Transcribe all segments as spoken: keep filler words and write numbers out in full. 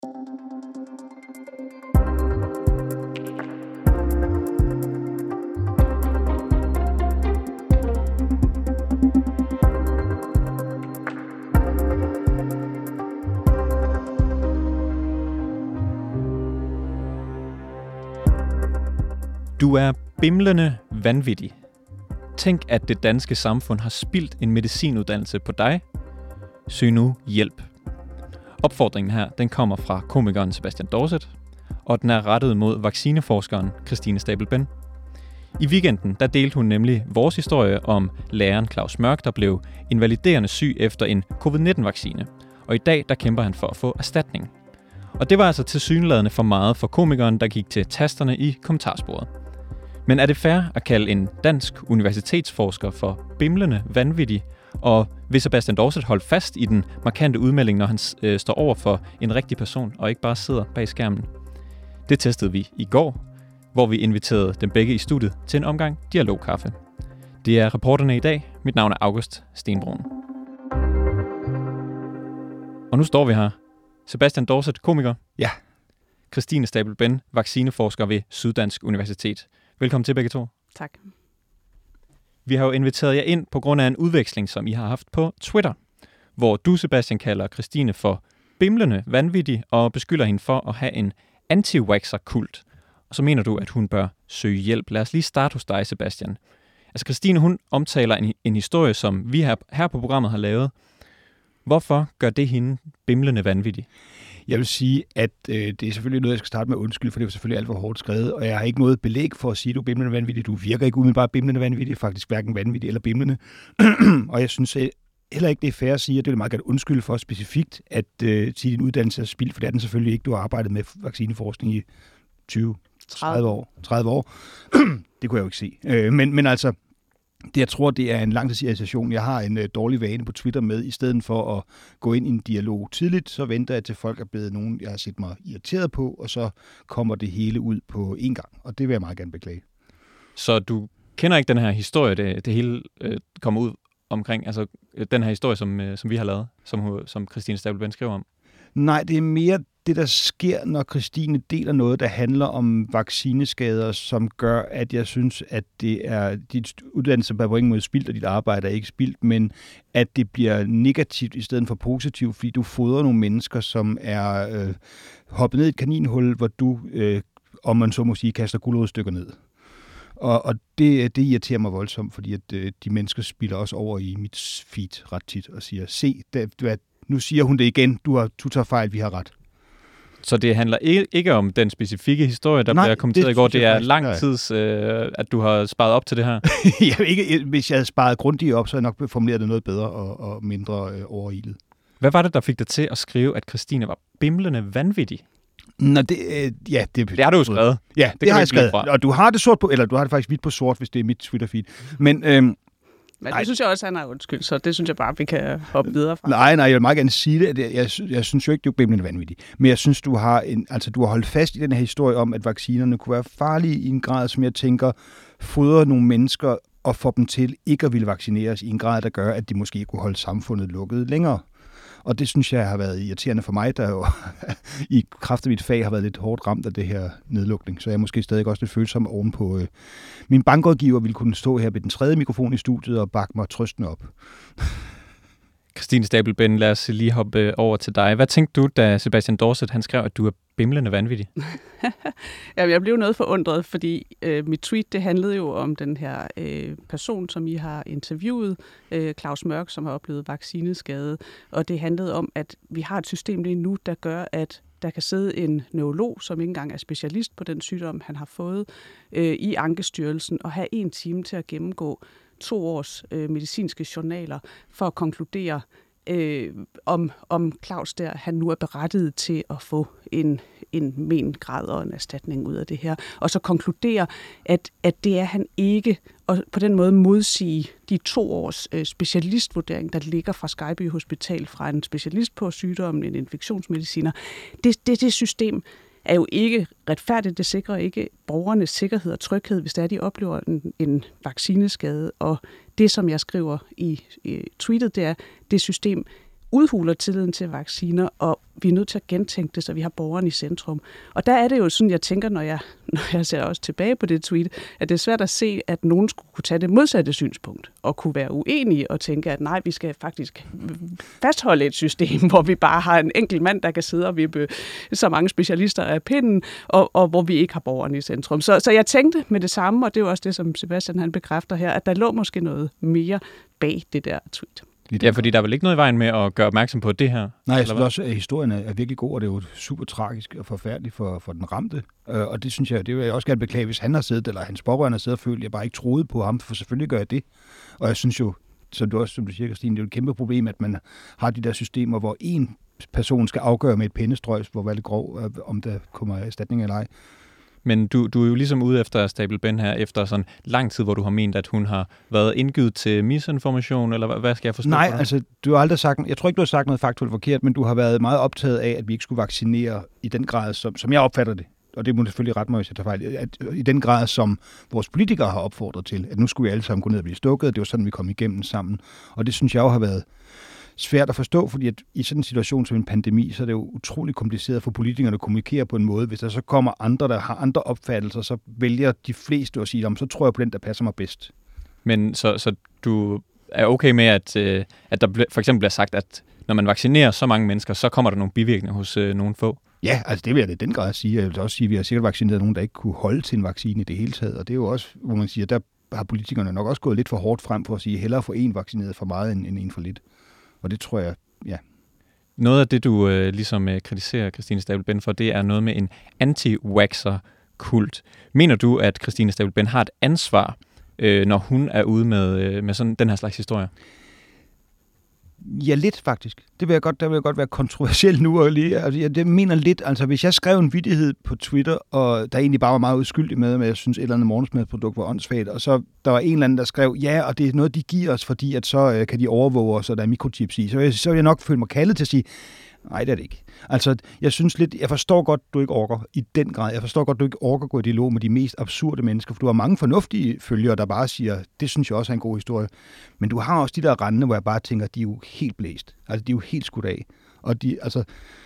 Du er bimlende vanvittig. Tænk, at det danske samfund har spildt en medicinuddannelse på dig. Søg nu hjælp. Opfordringen her, den kommer fra komikeren Sebastian Dorset, og den er rettet mod vaccineforskeren Christine Stabel-Ben. I weekenden, der delte hun nemlig vores historie om læreren Claus Mørk, der blev invaliderende syg efter en covid nitten vaccine. Og i dag, der kæmper han for at få erstatning. Og det var altså tilsyneladende for meget for komikeren, der gik til tasterne i kommentarsporet. Men er det fair at kalde en dansk universitetsforsker for bimlende vanvittig? Og vil Sebastian Dorset holde fast i den markante udmelding, når han øh, står over for en rigtig person, og ikke bare sidder bag skærmen? Det testede vi i går, hvor vi inviterede dem begge i studiet til en omgang dialogkaffe. Det er reporterne i dag. Mit navn er August Stenbrun. Og nu står vi her. Sebastian Dorset, komiker. Ja. Christine Stabel-Ben, vaccineforsker ved Syddansk Universitet. Velkommen til begge to. Tak. Vi har jo inviteret jer ind på grund af en udveksling, som I har haft på Twitter, hvor du, Sebastian, kalder Christine for bimlende vanvittig og beskylder hende for at have en anti-vaxxer-kult. Og så mener du, at hun bør søge hjælp. Lad os lige starte hos dig, Sebastian. Altså, Christine, hun omtaler en, en historie, som vi her, her på programmet har lavet. Hvorfor gør det hende bimlende vanvittig? Jeg vil sige, at øh, det er selvfølgelig noget, jeg skal starte med at undskylde, for det er selvfølgelig alt for hårdt skrevet, og jeg har ikke noget belæg for at sige, at du er bimlende vanvittig. Du virker ikke umiddelbart bimlende vanvittig, faktisk hverken vanvittig eller bimlende. Og jeg synes heller ikke, det er fair at sige, at det er meget godt undskylde for specifikt, at øh, sige, din uddannelse er spildt, for det er den selvfølgelig ikke. Du har arbejdet med vaccineforskning i tyve, tredive år. tredive år. Det kunne jeg jo ikke se. Øh, men, men altså, det, jeg tror, det er en langtidsirritation. Jeg har en øh, dårlig vane på Twitter med, i stedet for at gå ind i en dialog tidligt, så venter jeg til folk er blevet nogen, jeg har set mig irriteret på, og så kommer det hele ud på én gang. Og det vil jeg meget gerne beklage. Så du kender ikke den her historie, det, det hele øh, kommer ud omkring, altså den her historie, som, øh, som vi har lavet, som, som Christine Stabel-Ben skriver om? Nej, det er mere det, der sker, når Christine deler noget, der handler om vaccineskader, som gør, at jeg synes, at det er dit uddannelse på ingen måde spildt, og dit arbejde er ikke spildt, men at det bliver negativt i stedet for positivt, fordi du fodrer nogle mennesker, som er øh, hoppet ned i et kaninhul, hvor du, øh, om man så må sige, kaster gulerodstykker ned. Og, og det, det irriterer mig voldsomt, fordi at, øh, de mennesker spiller også over i mit feed ret tit og siger, se, det, nu siger hun det igen, du, har, du tager fejl, vi har ret. Så det handler ikke om den specifikke historie, der Nej, bliver kommenteret i går. Det er lang tid, øh, at du har sparet op til det her. jeg ikke, hvis jeg havde sparet grundigt op, så havde jeg nok formuleret det noget bedre og, og mindre øh, overilet. Hvad var det, der fik dig til at skrive, at Christine var bimlende vanvittig? Nå, det, øh, ja, det, det har du jo skrevet. Ja, det, det har jeg skrevet. Og du har det sort på, eller du har det faktisk hvidt på sort, hvis det er mit Twitter-feed. Men... Øh, Men det synes jeg også, han er undskyld, så det synes jeg bare, vi kan hoppe videre fra. Nej, nej, jeg vil meget gerne sige det. Jeg, jeg, jeg synes jo ikke, du er bimlende vanvittig. Men jeg synes, du har, en, altså, du har holdt fast i den her historie om, at vaccinerne kunne være farlige i en grad, som jeg tænker, fodrer nogle mennesker og får dem til ikke at ville vaccineres i en grad, der gør, at de måske kunne holde samfundet lukket længere. Og det synes jeg har været irriterende for mig, der jo i kraft af mit fag har været lidt hårdt ramt af det her nedlukning. Så jeg er måske stadig også lidt følsom ovenpå. Øh, min bankrådgiver ville kunne stå her ved den tredje mikrofon i studiet og bakke mig trøstende op. Christine Stabel-Ben, lad os lige hoppe over til dig. Hvad tænkte du, da Sebastian Dorset han skrev, at du er bimlende vanvittig? Jamen, jeg blev noget forundret, fordi øh, mit tweet det handlede jo om den her øh, person, som I har interviewet, øh, Claus Mørk, som har oplevet vaccineskade. Og det handlede om, at vi har et system lige nu, der gør, at der kan sidde en neurolog, som ikke engang er specialist på den sygdom, han har fået, øh, i Ankestyrelsen, og have en time til at gennemgå to års øh, medicinske journaler for at konkludere, øh, om, om Claus der, han nu er berettiget til at få en, en mengrad og en erstatning ud af det her. Og så konkludere, at, at det er han ikke, og på den måde modsige de to års øh, specialistvurdering, der ligger fra Skyby Hospital fra en specialist på sygdommen, en infektionsmediciner. Det, det, det system er jo ikke retfærdigt. Det sikrer ikke borgernes sikkerhed og tryghed, hvis det er, de oplever en, en vaccineskade. Og det, som jeg skriver i, i tweetet, det er, det system udhuler tilliden til vacciner, og vi er nødt til at gentænke det, så vi har borgeren i centrum. Og der er det jo sådan, jeg tænker, når jeg, når jeg ser også tilbage på det tweet, at det er svært at se, at nogen skulle kunne tage det modsatte synspunkt, og kunne være uenige og tænke, at nej, vi skal faktisk fastholde et system, hvor vi bare har en enkelt mand, der kan sidde og vippe så mange specialister af pinden, og, og hvor vi ikke har borgeren i centrum. Så, så jeg tænkte med det samme, og det er jo også det, som Sebastian han bekræfter her, at der lå måske noget mere bag det der tweet. Ja, fordi der er vel ikke noget i vejen med at gøre opmærksom på det her? Nej, jeg synes også, at historien er virkelig god, og det er jo super tragisk og forfærdeligt for, for den ramte. Og det synes jeg, det vil jeg også gerne beklage, hvis han har siddet, eller hans pårørende har siddet og følt, at jeg bare ikke troede på ham, for selvfølgelig gør jeg det. Og jeg synes jo, som du også som du siger, Christine, det er jo et kæmpe problem, at man har de der systemer, hvor en person skal afgøre med et pennestrøg, hvor var det grov, om der kommer erstatning eller ej. Men du, du er jo ligesom ude efter Stable Ben her, efter sådan lang tid, hvor du har ment, at hun har været indgivet til misinformation, eller hvad, hvad skal jeg forstå? Nej, altså, du har aldrig sagt, jeg tror ikke, du har sagt noget faktuelt forkert, men du har været meget optaget af, at vi ikke skulle vaccinere i den grad, som, som jeg opfatter det. Og det må selvfølgelig ret mig, hvis jeg tager fejl. At, i den grad, som vores politikere har opfordret til, at nu skulle vi alle sammen gå ned og blive stukket. Det var sådan, vi kom igennem sammen. Og det synes jeg jo har været svært at forstå, fordi at i sådan en situation som en pandemi, så er det jo utrolig kompliceret for politikerne at kommunikere på en måde. Hvis der så kommer andre, der har andre opfattelser, så vælger de fleste at sige, så tror jeg på den, der passer mig bedst. Men så, så du er okay med, at, at der for eksempel bliver sagt, at når man vaccinerer så mange mennesker, så kommer der nogle bivirkninger hos øh, nogle få? Ja, altså det vil jeg da den grad sige. Jeg vil også sige, at vi har sikkert vaccineret nogen, der ikke kunne holde til en vaccine i det hele taget. Og det er jo også, hvor man siger, der har politikerne nok også gået lidt for hårdt frem for at sige, hellere få en vaccineret for meget end en for lidt. Og det tror jeg, ja. Noget af det, du øh, ligesom øh, kritiserer Christine Stable Ben for, det er noget med en anti-vaxxer-kult. Mener du, at Christine Stable Ben har et ansvar, øh, når hun er ude med, øh, med sådan den her slags historie? Ja, lidt faktisk. Det vil jeg godt, der vil jeg godt være kontroversiel nu. Og lige, altså, jeg det mener lidt, altså hvis jeg skrev en vittighed på Twitter, og der egentlig bare var meget udskyldig med, at jeg synes, et eller andet morgensmadsprodukt var åndssvagt, og så der var en eller anden, der skrev, ja, og det er noget, de giver os, fordi at så øh, kan de overvåge os, og der er mikrochips i. Så vil jeg, så vil jeg nok føle mig kaldet til at sige, nej, det er det ikke. Altså, jeg synes lidt, jeg forstår godt, du ikke orker i den grad. Jeg forstår godt, du ikke orker gå i dialog med de mest absurde mennesker, for du har mange fornuftige følgere, der bare siger, det synes jeg også er en god historie. Men du har også de der rande, hvor jeg bare tænker, de er jo helt blæst. Altså, de er jo helt skudt af. Og de, altså,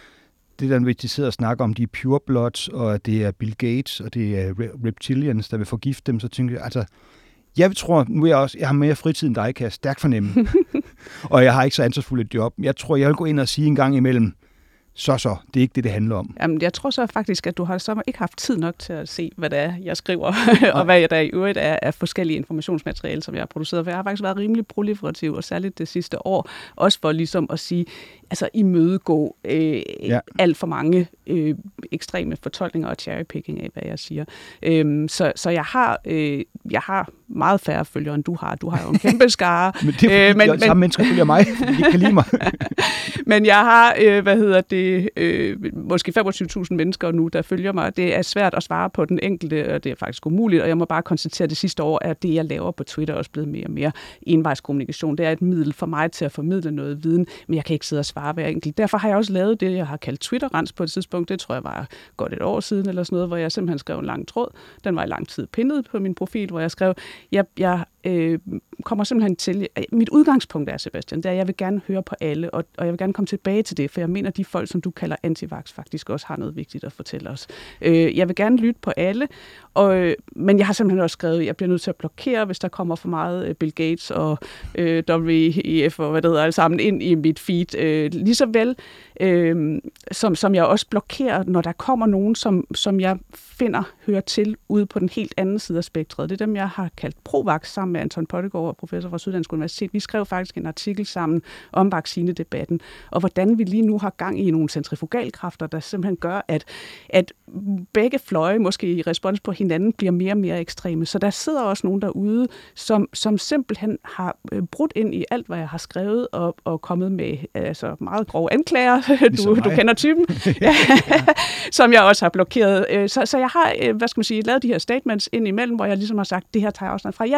det der, hvis de sidder og snakker om, de er purebloods, og det er Bill Gates, og det er reptilians, der vil forgifte dem, så tænker jeg, altså, jeg tror, nu er jeg også, jeg har mere fritid end dig, kan jeg stærkt fornemme. Og jeg har ikke så ansvarsfuldt et job. Jeg tror, jeg vil gå ind og sige en gang imellem, så så, det er ikke det, det handler om. Jamen, jeg tror så faktisk, at du har så ikke haft tid nok til at se, hvad det er, jeg skriver, og hvad der i øvrigt er af forskellige informationsmateriale, som jeg har produceret. For jeg har faktisk været rimelig proliferativ, og særligt det sidste år, også for ligesom at sige, altså imødegå øh, ja. alt for mange øh, ekstreme fortolkninger og cherrypicking af, hvad jeg siger. Øhm, så, så jeg har, øh, jeg har meget færre følgere, end du har. Du har jo en kæmpe skare. men det er fordi, øh, men, samme mennesker følger mig, fordi de ikke kan lide mig. Men jeg har, øh, hvad hedder det, øh, måske femogtyve tusind mennesker nu, der følger mig. Det er svært at svare på den enkelte, og det er faktisk umuligt, og jeg må bare konstatere, at det sidste år er det, jeg laver på Twitter, også blevet mere og mere envejskommunikation. Det er et middel for mig til at formidle noget viden, men jeg kan ikke sidde og svare hver enkelt. Derfor har jeg også lavet det, jeg har kaldt Twitter-rens på et tidspunkt. Det tror jeg var godt et år siden, eller sådan noget, hvor jeg simpelthen skrev en lang tråd. Den var i lang tid pindet på min profil, hvor jeg skrev, jeg, jeg øh, kommer simpelthen til, mit udgangspunkt er, Sebastian, det er, at jeg vil gerne høre på alle, og, og jeg vil gerne komme tilbage til det, for jeg mener, at de folk, som du kalder antivax, faktisk også har noget vigtigt at fortælle os. Øh, jeg vil gerne lytte på alle, og, men jeg har simpelthen også skrevet, at jeg bliver nødt til at blokere, hvis der kommer for meget Bill Gates og øh, W E F og hvad det hedder, alle sammen ind i mit feed. Øh, lige så vel, øh, som, som jeg også blokerer, når der kommer nogen, som, som jeg finder hører til ude på den helt anden side af spektret. Det er dem, jeg har kaldt Provax sammen med Anton Pottegård, professor fra Syddansk Universitet. Vi skrev faktisk en artikel sammen om vaccinedebatten, og hvordan vi lige nu har gang i nogle centrifugalkræfter, der simpelthen gør, at, at begge fløje, måske i respons på hinanden, bliver mere og mere ekstreme. Så der sidder også nogen derude, som, som simpelthen har brudt ind i alt, hvad jeg har skrevet, og, og kommet med altså, meget grove anklager. Du, du kender typen. ja. Som jeg også har blokeret. Så, så jeg har, hvad skal man sige, lavet de her statements ind imellem, hvor jeg ligesom har sagt, det her tager jeg også fra. Jeg tager også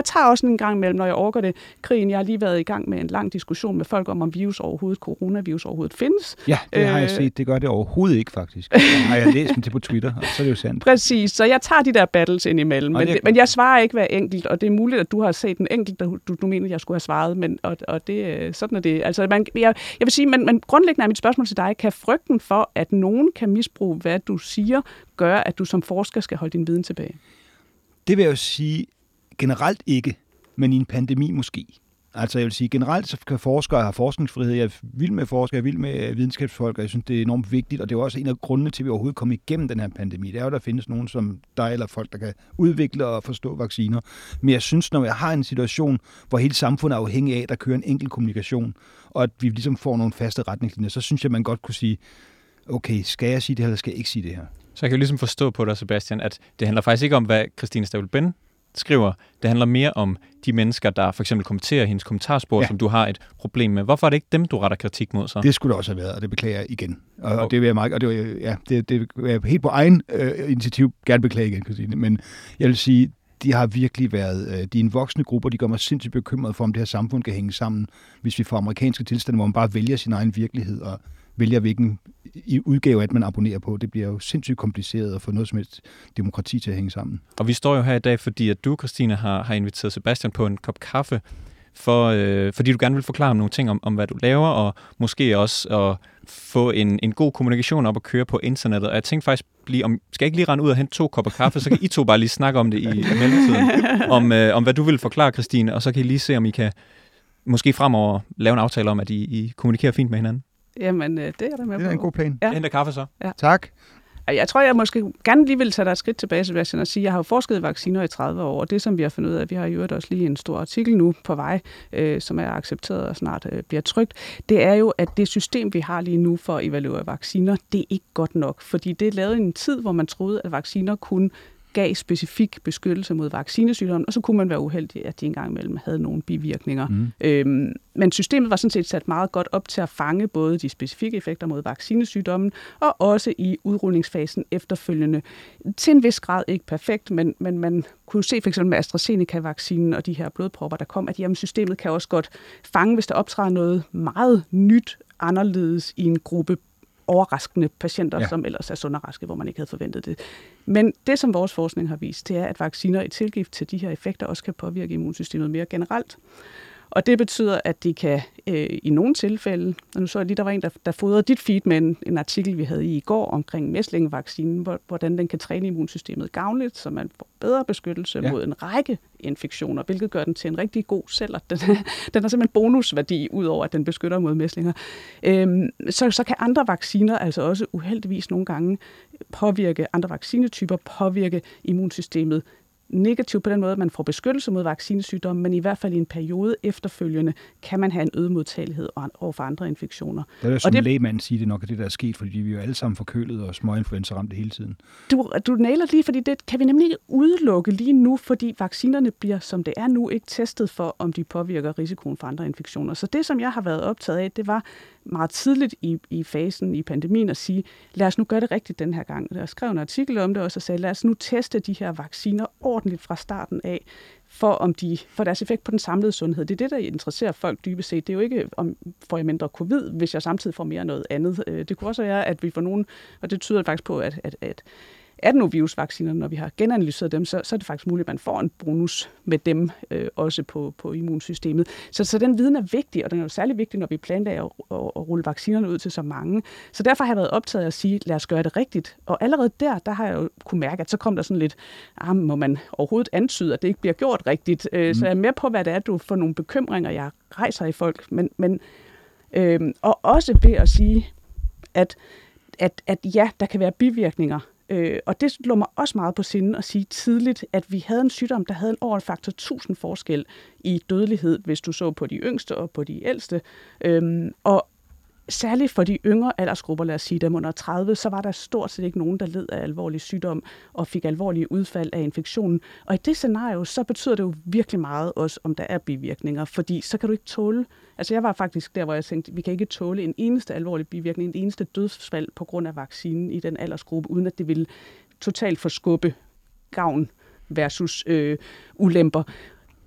sådan en gang imellem, når jeg overgår det, krigen, jeg har lige været i gang med en lang diskussion med folk om, om virus overhovedet, coronavirus overhovedet findes. Ja, det har jeg set. Det gør det overhovedet ikke, faktisk. Det har jeg læst dem til på Twitter, og så er det jo sandt. Præcis, så jeg tager de der battles ind imellem, men, det, men jeg svarer ikke hver enkelt, og det er muligt, at du har set en enkelt, du, du, du mener, jeg skulle have svaret, men, og, og det, sådan er det. Altså, man, jeg, jeg vil sige, men, men grundlæggende er mit spørgsmål til dig, kan frygten for, at nogen kan misbruge, hvad du siger, gøre, at du som forsker skal holde din viden tilbage? Det vil jeg jo sige generelt ikke, men i en pandemi måske. Altså jeg vil sige, generelt så kan forskere have forskningsfrihed. Jeg er vild med forskere, jeg er vild med videnskabsfolk, og jeg synes, det er enormt vigtigt, og det er også en af grundene til, at vi overhovedet kommer igennem den her pandemi. Det er jo, der findes nogen som dig eller folk, der kan udvikle og forstå vacciner. Men jeg synes, når jeg har en situation, hvor hele samfundet er afhængig af, at der kører en enkelt kommunikation, og at vi ligesom får nogle faste retningslinjer, så synes jeg, man godt kunne sige, okay, skal jeg sige det her, eller skal jeg ikke sige det her? Så jeg kan jo ligesom forstå på dig, Sebastian, at det handler faktisk ikke om, hvad Christine Stauil-Ben skriver. Det handler mere om de mennesker, der for eksempel kommenterer hendes kommentarspor, ja. Som du har et problem med. Hvorfor er det ikke dem, du retter kritik mod så? Det skulle det også have været, og det beklager jeg igen. Og, okay. og det vil jeg meget, og det vil, ja, det, det vil jeg helt på egen øh, initiativ gerne beklage igen, Christine. Men jeg vil sige, de har virkelig været, øh, de er en voksne gruppe, og de gør mig sindssygt bekymret for, om det her samfund kan hænge sammen, hvis vi får amerikanske tilstande, hvor man bare vælger sin egen virkelighed og vælger, hvilken udgave at man abonnerer på. Det bliver jo sindssygt kompliceret at få noget som et demokrati til at hænge sammen. Og vi står jo her i dag, fordi at du, Christine, har, har inviteret Sebastian på en kop kaffe, for, øh, fordi du gerne vil forklare om nogle ting om, om, hvad du laver, og måske også at få en, en god kommunikation op at køre på internettet. Og jeg tænkte faktisk, lige, om, skal jeg ikke lige rende ud og hente to kopper kaffe, så kan I to bare lige snakke om det i, i mellemtiden, om, øh, om hvad du vil forklare, Christine, og så kan I lige se, om I kan måske fremover lave en aftale om, at I, I kommunikerer fint med hinanden. Jamen, det er der med på. Det er en god plan. Ja. Henter kaffe så. Ja. Tak. Jeg tror, jeg måske gerne lige vil tage dig et skridt tilbage, Sebastian, og sige, at jeg har jo forsket i vacciner i tredive år, og det, som vi har fundet ud af, vi har jo også lige en stor artikel nu på vej, øh, som er accepteret og snart øh, bliver trykt, det er jo, at det system, vi har lige nu for at evaluere vacciner, det er ikke godt nok, fordi det er lavet i en tid, hvor man troede, at vacciner kun gav specifik beskyttelse mod vaccinesygdommen, og så kunne man være uheldig, at de engang imellem havde nogle bivirkninger. Mm. Øhm, men systemet var sådan set sat meget godt op til at fange både de specifikke effekter mod vaccinesygdommen, og også i udrulningsfasen efterfølgende. Til en vis grad ikke perfekt, men, men man kunne se for eksempel med AstraZeneca-vaccinen og de her blodpropper, der kom, at jamen, systemet kan også godt fange, hvis der optræder noget meget nyt, anderledes i en gruppe overraskende patienter, ja. Som ellers er sunde og raske, hvor man ikke havde forventet det. Men det, som vores forskning har vist, det er, at vacciner i tilgift til de her effekter også kan påvirke immunsystemet mere generelt. Og det betyder, at de kan øh, i nogle tilfælde, og nu så jeg lige, der var en, der, der fodrede dit feed med en, en artikel, vi havde i i går omkring mæslingevaccinen, hvor, hvordan den kan træne immunsystemet gavnligt, så man får bedre beskyttelse ja. Mod en række infektioner, hvilket gør den til en rigtig god celler. Den, den har simpelthen bonusværdi, udover at den beskytter mod mæslinger. Øhm, så, så kan andre vacciner altså også uheldigvis nogle gange påvirke, andre vaccinetyper påvirke immunsystemet negativt på den måde, at man får beskyttelse mod vaccinesygdomme, men i hvert fald i en periode efterfølgende kan man have en øget modtagelighed over for andre infektioner. Det er jo som det, lægmand siger det nok, at det der er sket, fordi vi er jo alle sammen forkølet og småinfluenza ramte hele tiden. Du, du nailer lige, fordi det kan vi nemlig ikke udelukke lige nu, fordi vaccinerne bliver, som det er nu, ikke testet for, om de påvirker risikoen for andre infektioner. Så det, som jeg har været optaget af, det var meget tidligt i, i fasen i pandemien at sige, lad os nu gøre det rigtigt den her gang. Jeg skrev en artikel om det også og sagde, lad os nu teste de her vacciner ordentligt fra starten af, for, om de, for deres effekt på den samlede sundhed. Det er det, der interesserer folk dybest set. Det er jo ikke, om får jeg mindre covid, hvis jeg samtidig får mere noget andet. Det kunne også være, at vi får nogen, og det tyder faktisk på, at, at, at adenovirusvacciner, når vi har genanalyseret dem, så, så er det faktisk muligt, at man får en bonus med dem øh, også på, på immunsystemet. Så, så den viden er vigtig, og den er jo særlig vigtig, når vi planlægger at, at, at rulle vaccinerne ud til så mange. Så derfor har jeg været optaget af at sige, lad os gøre det rigtigt. Og allerede der, der har jeg jo kunne mærke, at så kom der sådan lidt, ah, må man overhovedet antyde, at det ikke bliver gjort rigtigt. Mm. Så jeg er med på, hvad det er, du får nogle bekymringer, jeg rejser i folk. Men, men, øh, og også ved at sige, at, at, at ja, der kan være bivirkninger. Øh, og det lå mig også meget på sinde at sige tidligt, at vi havde en sygdom, der havde en over en faktor tusind forskel i dødelighed, hvis du så på de yngste og på de ældste. Øhm, og særligt for de yngre aldersgrupper, lad os sige dem under tredive, så var der stort set ikke nogen, der led af alvorlig sygdom og fik alvorlige udfald af infektionen. Og i det scenario, så betyder det jo virkelig meget også, om der er bivirkninger, fordi så kan du ikke tåle. Altså jeg var faktisk der, hvor jeg tænkte, vi kan ikke tåle en eneste alvorlig bivirkning, en eneste dødsfald på grund af vaccinen i den aldersgruppe, uden at det ville totalt forskubbe gavn versus øh, ulemper.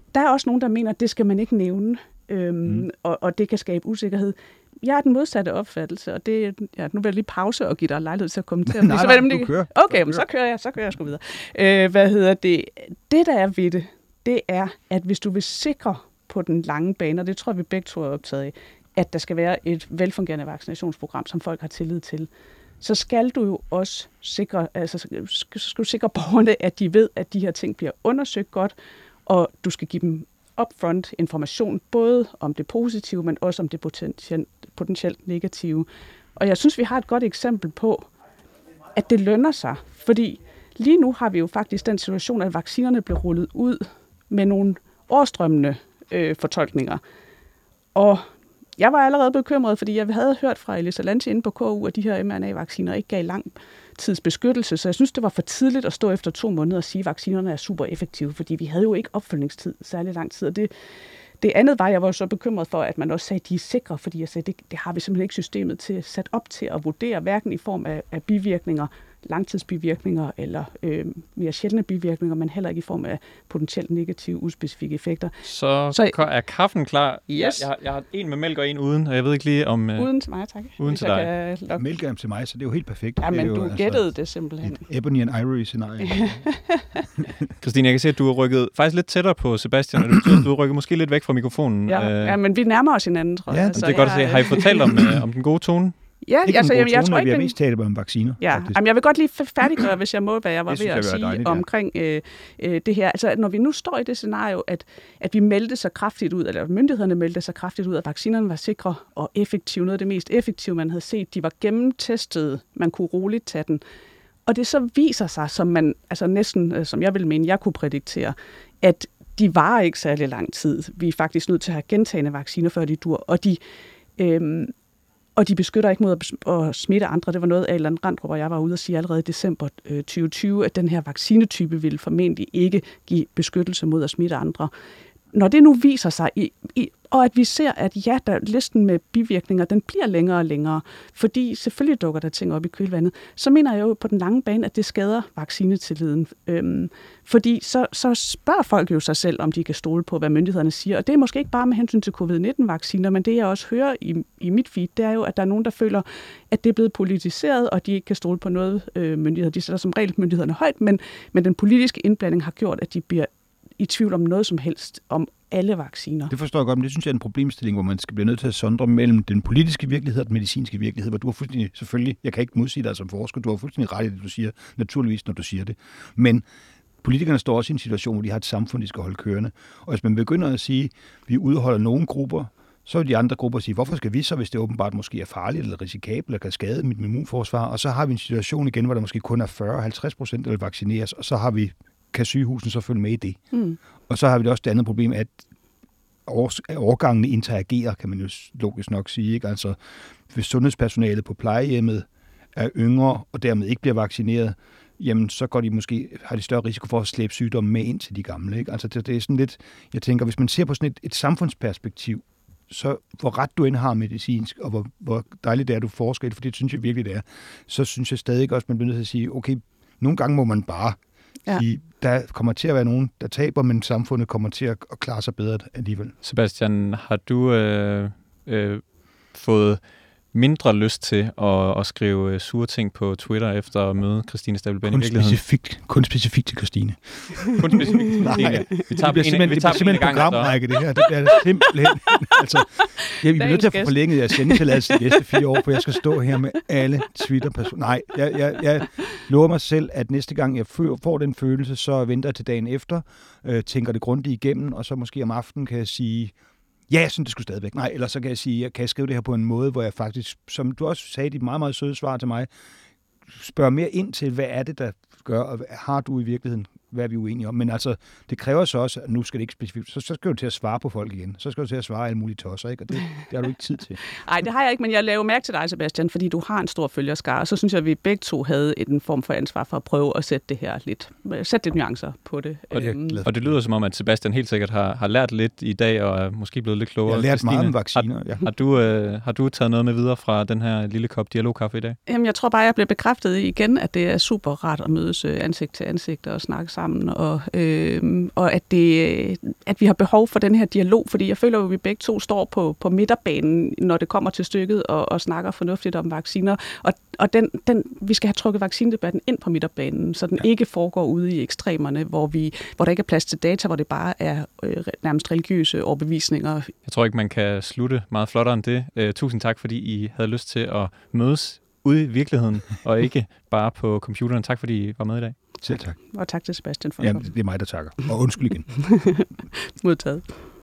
der er også nogen, der mener, at det skal man ikke nævne, øhm, mm. og, og det kan skabe usikkerhed. Jeg er den modsatte opfattelse, og det, ja, nu vil jeg lige pause og give dig lejlighed til at kommentere. nej, så nej, det, du kører. Okay, men så kører jeg, så kører jeg sgu videre. Øh, hvad hedder det? Det, der er ved det, det er, at hvis du vil sikre på den lange bane, og det tror jeg, vi begge to er optaget af, at der skal være et velfungerende vaccinationsprogram, som folk har tillid til, så skal du jo også sikre, altså skal du sikre borgerne, at de ved, at de her ting bliver undersøgt godt, og du skal give dem upfront information, både om det positive, men også om det potentielt, potentielt negative. Og jeg synes, vi har et godt eksempel på, at det lønner sig, fordi lige nu har vi jo faktisk den situation, at vaccinerne bliver rullet ud med nogle overstrømmende øh, fortolkninger. Og jeg var allerede bekymret, fordi jeg havde hørt fra Elisa Lange inde på K U, at de her M R N A-vacciner ikke gav lang tids beskyttelse, så jeg synes, det var for tidligt at stå efter to måneder og sige, at vaccinerne er super effektive, fordi vi havde jo ikke opfølgningstid særlig lang tid. Og det, det andet var, jeg var så bekymret for, at man også sagde, at de er sikre, fordi jeg sagde, det, det har vi simpelthen ikke systemet til sat op til at vurdere, hverken i form af, af bivirkninger, langtidsbivirkninger eller øh, mere sjældne bivirkninger, men heller ikke i form af potentielt negative, uspecifikke effekter. Så, så er kaffen klar. Yes. Jeg, jeg, har, jeg har en med mælk og en uden, og jeg ved ikke lige om... Øh... Uden til mig, tak. Uden til dig. Kan... Mælk er til mig, så det er jo helt perfekt. Ja, men det du jo, gættede altså, det simpelthen. Et Ebony and Ivory-scenarie. Christine, jeg kan se, at du har rykket faktisk lidt tættere på Sebastian, og det betyder, at du har rykket måske lidt væk fra mikrofonen. Ja, øh... ja men vi nærmer os hinanden, tror jeg. Ja, det er godt at se. Har I fortalt om, øh, om den gode tone? Ja, ikke altså, jeg, jeg tror ikke, vi har mest talt om vacciner. Ja, jamen, jeg vil godt lige færdiggøre, hvis jeg må, hvad jeg var ved at sige dejligt, omkring øh, øh, det her. Altså, når vi nu står i det scenario, at, at vi meldte så kraftigt ud, eller myndighederne meldte så kraftigt ud, at vaccinerne var sikre og effektive, noget af det mest effektive, man havde set, de var gennemtestede, man kunne roligt tage den. Og det så viser sig, som man, altså næsten, som jeg vil mene, jeg kunne prædiktere, at de varer ikke særlig lang tid. Vi er faktisk nødt til at have gentagne vacciner, før de dur, og de... Øh, Og de beskytter ikke mod at smitte andre. Det var noget af Allan Randrup, og jeg var ude og sige allerede i december tyve tyve, at den her vaccinetype ville formentlig ikke give beskyttelse mod at smitte andre. Når det nu viser sig, i, i, og at vi ser, at ja, der, listen med bivirkninger, den bliver længere og længere, fordi selvfølgelig dukker der ting op i kølvandet, så mener jeg jo på den lange bane, at det skader vaccinetilliden. Øhm, fordi så, så spørger folk jo sig selv, om de kan stole på, hvad myndighederne siger. Og det er måske ikke bare med hensyn til covid nitten-vacciner, men det jeg også hører i, i mit feed, det er jo, at der er nogen, der føler, at det er blevet politiseret, og de ikke kan stole på noget øh, myndigheder. De sætter som regel myndighederne højt, men, men den politiske indblanding har gjort, at de bliver i tvivl om noget som helst, om alle vacciner. Det forstår jeg godt, men det synes jeg er en problemstilling, hvor man skal blive nødt til at sondre mellem den politiske virkelighed og den medicinske virkelighed, hvor du har fuldstændig, selvfølgelig, jeg kan ikke modsige dig som forsker, du har fuldstændig ret i det, du siger, naturligvis, når du siger det. Men politikerne står også i en situation, hvor de har et samfund, de skal holde kørende. Og hvis man begynder at sige, at vi udholder nogle grupper, så vil de andre grupper sige, hvorfor skal vi så, hvis det åbenbart måske er farligt eller risikabelt, eller kan skade mit immunforsvar, og så har vi en situation igen, hvor der måske kun er fyrre til halvtreds procent, der vil vaccineres, og så har vi kan sygehusen så følge med i det. Mm. Og så har vi det også det andet problem, at årgangene interagerer, kan man jo logisk nok sige. Ikke? Altså, hvis sundhedspersonalet på plejehjemmet er yngre, og dermed ikke bliver vaccineret, jamen så går de måske, har de større risiko for at slæbe sygdomme med ind til de gamle. Ikke? Altså, det, det er sådan lidt, jeg tænker, hvis man ser på sådan et, et samfundsperspektiv, så hvor ret du end har medicinsk, og hvor, hvor dejligt det er, at du forsker i det, for det synes jeg virkelig, det er, så synes jeg stadig også, man bliver nødt til at sige, okay, nogle gange må man bare ja. sige, der kommer til at være nogen, der taber, men samfundet kommer til at klare sig bedre alligevel. Sebastian, har du øh, øh, fået mindre lyst til at, at skrive sure ting på Twitter efter at møde Christine Stabelben i virkeligheden? Specifikt, kun specifikt til Christine. Kun specifikt til Christine? Vi tager det bliver simpelthen, det bliver simpelthen en programrække, det her. Det bliver simpelthen... altså, jeg bliver nødt til at få forlænget jeres sendetilladelse de næste fire år, for jeg skal stå her med alle Twitter-personer. Nej, jeg, jeg, jeg lover mig selv, at næste gang jeg får den følelse, så venter jeg til dagen efter, øh, tænker det grundigt igennem, og så måske om aftenen kan jeg sige... Ja, jeg synes, det skulle stadigvæk. Nej, eller så kan jeg sige, jeg kan skrive det her på en måde, hvor jeg faktisk, som du også sagde, dit meget, meget søde svar til mig, spørger mere ind til, hvad er det, der gør, og har du i virkeligheden, hvad er vi uenige om? Men altså, det kræver så også, at nu skal det ikke specifikt, så, så skal du til at svare på folk igen. Så skal du til at svare alle mulige tosser, ikke? Og det, det har du ikke tid til. Nej, det har jeg ikke, men jeg laver mærke til dig, Sebastian, fordi du har en stor følgerskare, og så synes jeg, at vi begge to havde en form for ansvar for at prøve at sætte det her lidt, sætte lidt nuancer på det. Og det, og det lyder som om, at Sebastian helt sikkert har, har lært lidt i dag, og er måske blevet lidt klogere. Jeg har lært Christine, meget om vacciner, ja. Har, har, du, øh, har du taget noget med videre fra den her lille kop dialogkaffe i dag? Jamen, jeg tror bare, jeg blev bekræftet igen, at det er super rart at mødes ansigt til ansigt og snakke sammen. sammen, og, øh, og at, det, at vi har behov for den her dialog, fordi jeg føler jo, at vi begge to står på, på midterbanen, når det kommer til stykket, og, og snakker fornuftigt om vacciner, og, og den, den, vi skal have trukket vaccinedebatten ind på midterbanen, så den ja. ikke foregår ude i ekstremerne, hvor, vi, hvor der ikke er plads til data, hvor det bare er øh, nærmest religiøse overbevisninger. Jeg tror ikke, man kan slutte meget flottere end det. Uh, tusind tak, fordi I havde lyst til at mødes ude i virkeligheden, og ikke bare på computeren. Tak, fordi I var med i dag. Selv tak. Og tak til Sebastian for at komme. Ja, det er mig, der takker. Og undskyld igen. Modtaget.